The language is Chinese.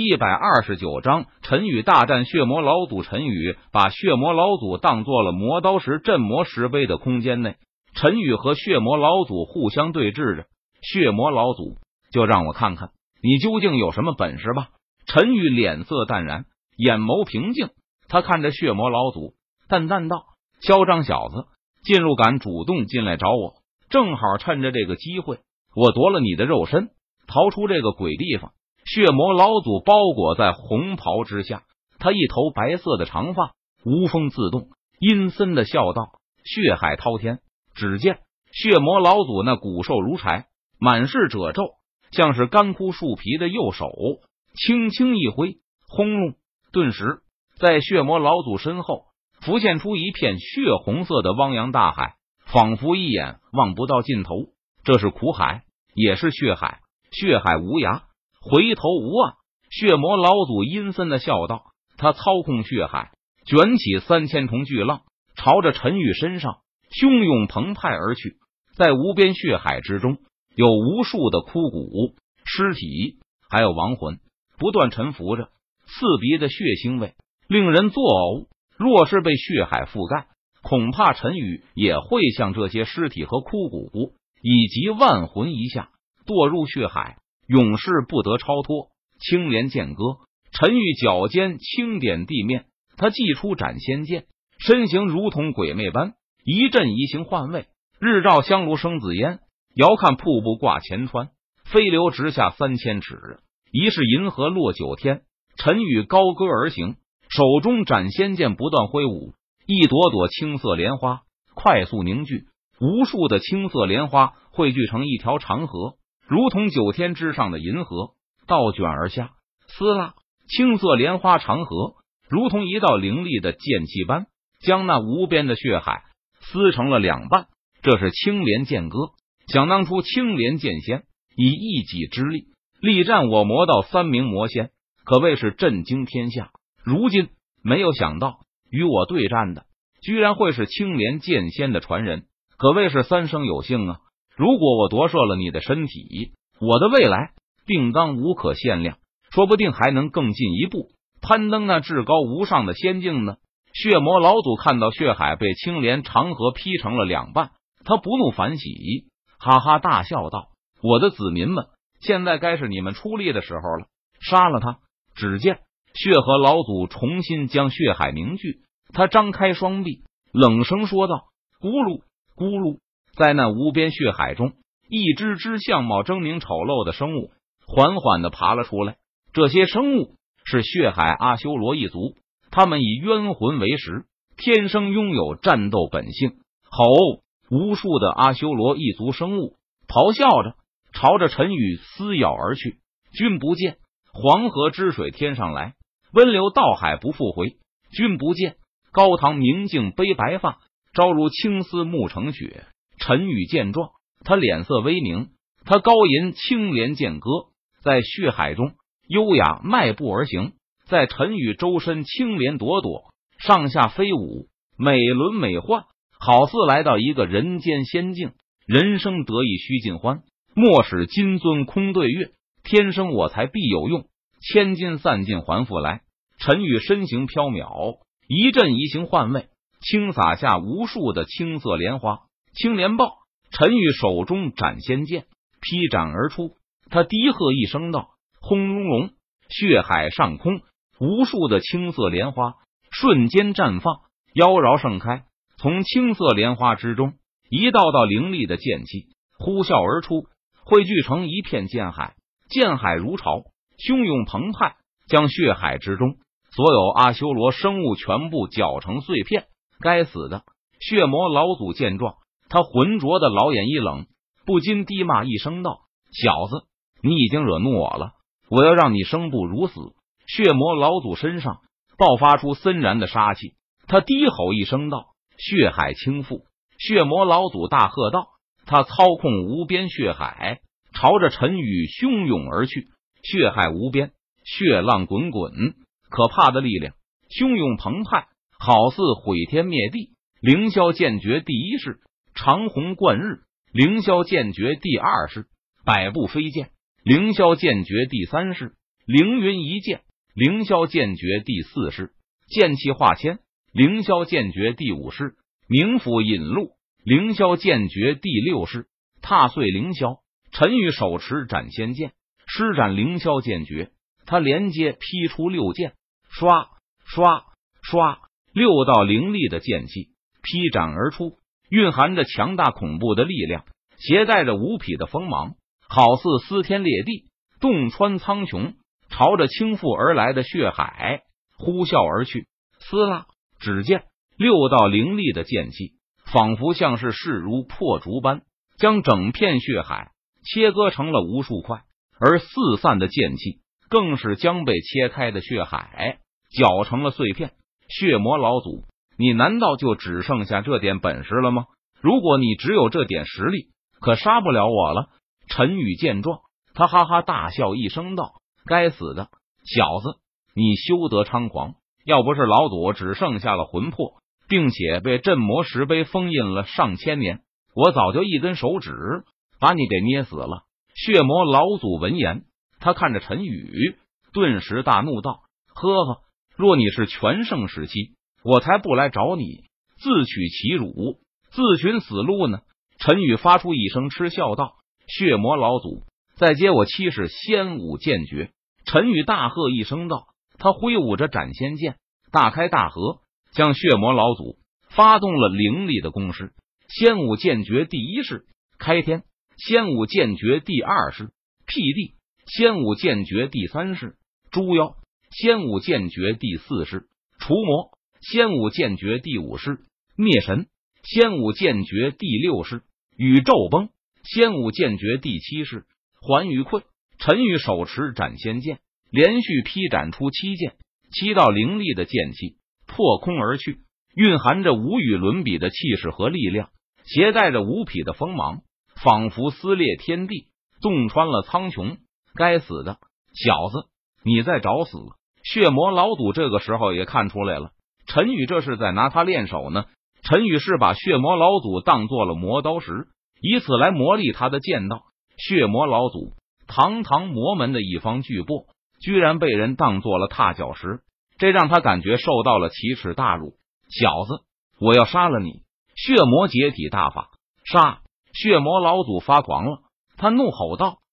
129章陈宇大战血魔老祖。陈宇把血魔老祖当作了磨刀石镇魔石碑的空间内，陈宇和血魔老祖互相对峙着。血魔老祖，就让我看看你究竟有什么本事吧。陈宇脸色淡然，眼眸平静，他看着血魔老祖，淡淡道：嚣张小子，进入敢主动进来找我，正好趁着这个机会，我夺了你的肉身，逃出这个鬼地方。血魔老祖包裹在红袍之下，他一头白色的长发无风自动，阴森的笑道：血海滔天。只见血魔老祖那骨瘦如柴，满是褶皱，像是干枯树皮的右手，轻轻一挥，轰隆，顿时在血魔老祖身后浮现出一片血红色的汪洋大海，仿佛一眼望不到尽头。这是苦海，也是血海，血海无涯，回头无岸。血魔老祖阴森的笑道，他操控血海卷起3000重巨浪，朝着陈宇身上汹涌澎湃而去。在无边血海之中，有无数的枯骨、尸体还有亡魂不断沉浮着，刺鼻的血腥味令人作呕。若是被血海覆盖，恐怕陈宇也会像这些尸体和枯骨以及万魂一下堕入血海，永世不得超脱。青莲剑歌，陈宇脚尖轻点地面，他祭出斩仙剑，身形如同鬼魅般一阵移形换位。日照香炉生紫烟，遥看瀑布挂前川，飞流直下3000尺，疑是银河落9天。陈宇高歌而行，手中斩仙剑不断挥舞，一朵朵青色莲花快速凝聚，无数的青色莲花汇聚成一条长河，如同9天之上的银河倒卷而下。撕拉，青色莲花长河如同一道凌厉的剑气般，将那无边的血海撕成了两半。这是青莲剑歌。想当初青莲剑仙以一己之力力战我魔道3名魔仙，可谓是震惊天下。如今没有想到与我对战的居然会是青莲剑仙的传人，可谓是3生有幸啊！如果我夺舍了你的身体，我的未来定当无可限量，说不定还能更进一步，攀登那至高无上的仙境呢。血魔老祖看到血海被青莲长河劈成了两半，他不怒反喜，哈哈大笑道：我的子民们，现在该是你们出力的时候了，杀了他！只见血河老祖重新将血海凝聚，他张开双臂，冷声说道：咕噜咕噜。在那无边血海中，一只只相貌狰狞丑陋的生物缓缓地爬了出来。这些生物是血海阿修罗一族，他们以冤魂为食，天生拥有战斗本性。吼！无数的阿修罗一族生物咆哮着朝着陈宇撕咬而去。君不见黄河之水天上来，温流到海不复回。君不见高堂明镜悲白发，朝如青丝暮成雪。陈宇见状，他脸色微凝，他高吟青莲剑歌，在血海中优雅迈步而行。在陈宇周身青莲朵朵，上下飞舞，美轮美奂，好似来到一个人间仙境。人生得意须尽欢，莫使金樽空对月。天生我材必有用，千金散尽还复来。陈宇身形飘渺，一阵移形换位，轻洒下无数的青色莲花。青莲爆，陈宇手中斩仙剑劈斩而出，他低喝一声道：轰隆隆！血海上空，无数的青色莲花瞬间绽放，妖娆盛开。从青色莲花之中，一道道凌厉的剑气呼啸而出，汇聚成一片剑海。剑海如潮，汹涌澎湃，将血海之中所有阿修罗生物全部搅成碎片。该死的！血魔老祖见状，他浑浊的老眼一冷，不禁低骂一声道：小子，你已经惹怒我了，我要让你生不如死！血魔老祖身上爆发出森然的杀气，他低吼一声道：血海倾覆！血魔老祖大喝道，他操控无边血海朝着陈宇汹涌而去。血海无边，血浪滚滚，可怕的力量汹涌澎湃，好似毁天灭地。凌霄剑诀第1式长虹贯日，凌霄剑诀第2式百步飞剑，凌霄剑诀第3式凌云一剑，凌霄剑诀第4式，剑气化千，凌霄剑诀第5式，冥府引路，凌霄剑诀第6式，踏碎凌霄。陈宇手持斩仙剑，施展凌霄剑诀，他连接劈出6剑，刷刷刷，6道凌厉的剑气劈斩而出，蕴含着强大恐怖的力量，携带着无匹的锋芒，好似撕天裂地，洞穿苍穹，朝着倾覆而来的血海呼啸而去。撕拉，只见6道凌厉的剑气仿佛像是势如破竹般，将整片血海切割成了无数块，而四散的剑气更是将被切开的血海搅成了碎片。血魔老祖，你难道就只剩下这点本事了吗？如果你只有这点实力，可杀不了我了。陈宇见状，他哈哈大笑一声道：该死的小子，你休得猖狂！要不是老祖只剩下了魂魄，并且被镇魔石碑封印了上千年，我早就一根手指把你给捏死了。血魔老祖闻言，他看着陈宇，顿时大怒道：呵呵，若你是全盛时期，我才不来找你自取其辱，自寻死路呢。陈宇发出一声嗤笑道：血魔老祖，再接我7式仙武剑诀！陈宇大喝一声道，他挥舞着斩仙剑，大开大合，向血魔老祖发动了凌厉的攻势。仙武剑诀第1式开天，仙武剑诀第2式辟地，仙武剑诀第3式诛妖，仙武剑诀第4式除魔，仙武剑诀第5式灭神，仙武剑诀第6式宇宙崩，仙武剑诀第7式还于困。陈宇手持斩仙剑，连续劈斩出7剑，7道凌厉的剑气破空而去，蕴含着无与伦比的气势和力量，携带着无匹的锋芒，仿佛撕裂天地，洞穿了苍穹。该死的小子，你在找死！血魔老祖这个时候也看出来了，陈宇这是在拿他练手呢。陈宇是把血魔老祖当做了磨刀石，以此来磨砺他的剑道。血魔老祖堂堂魔门的一方巨擘，居然被人当做了踏脚石，这让他感觉受到了奇耻大辱。小子，我要杀了你！血魔解体大法，杀！血魔老祖发狂了，他怒吼道：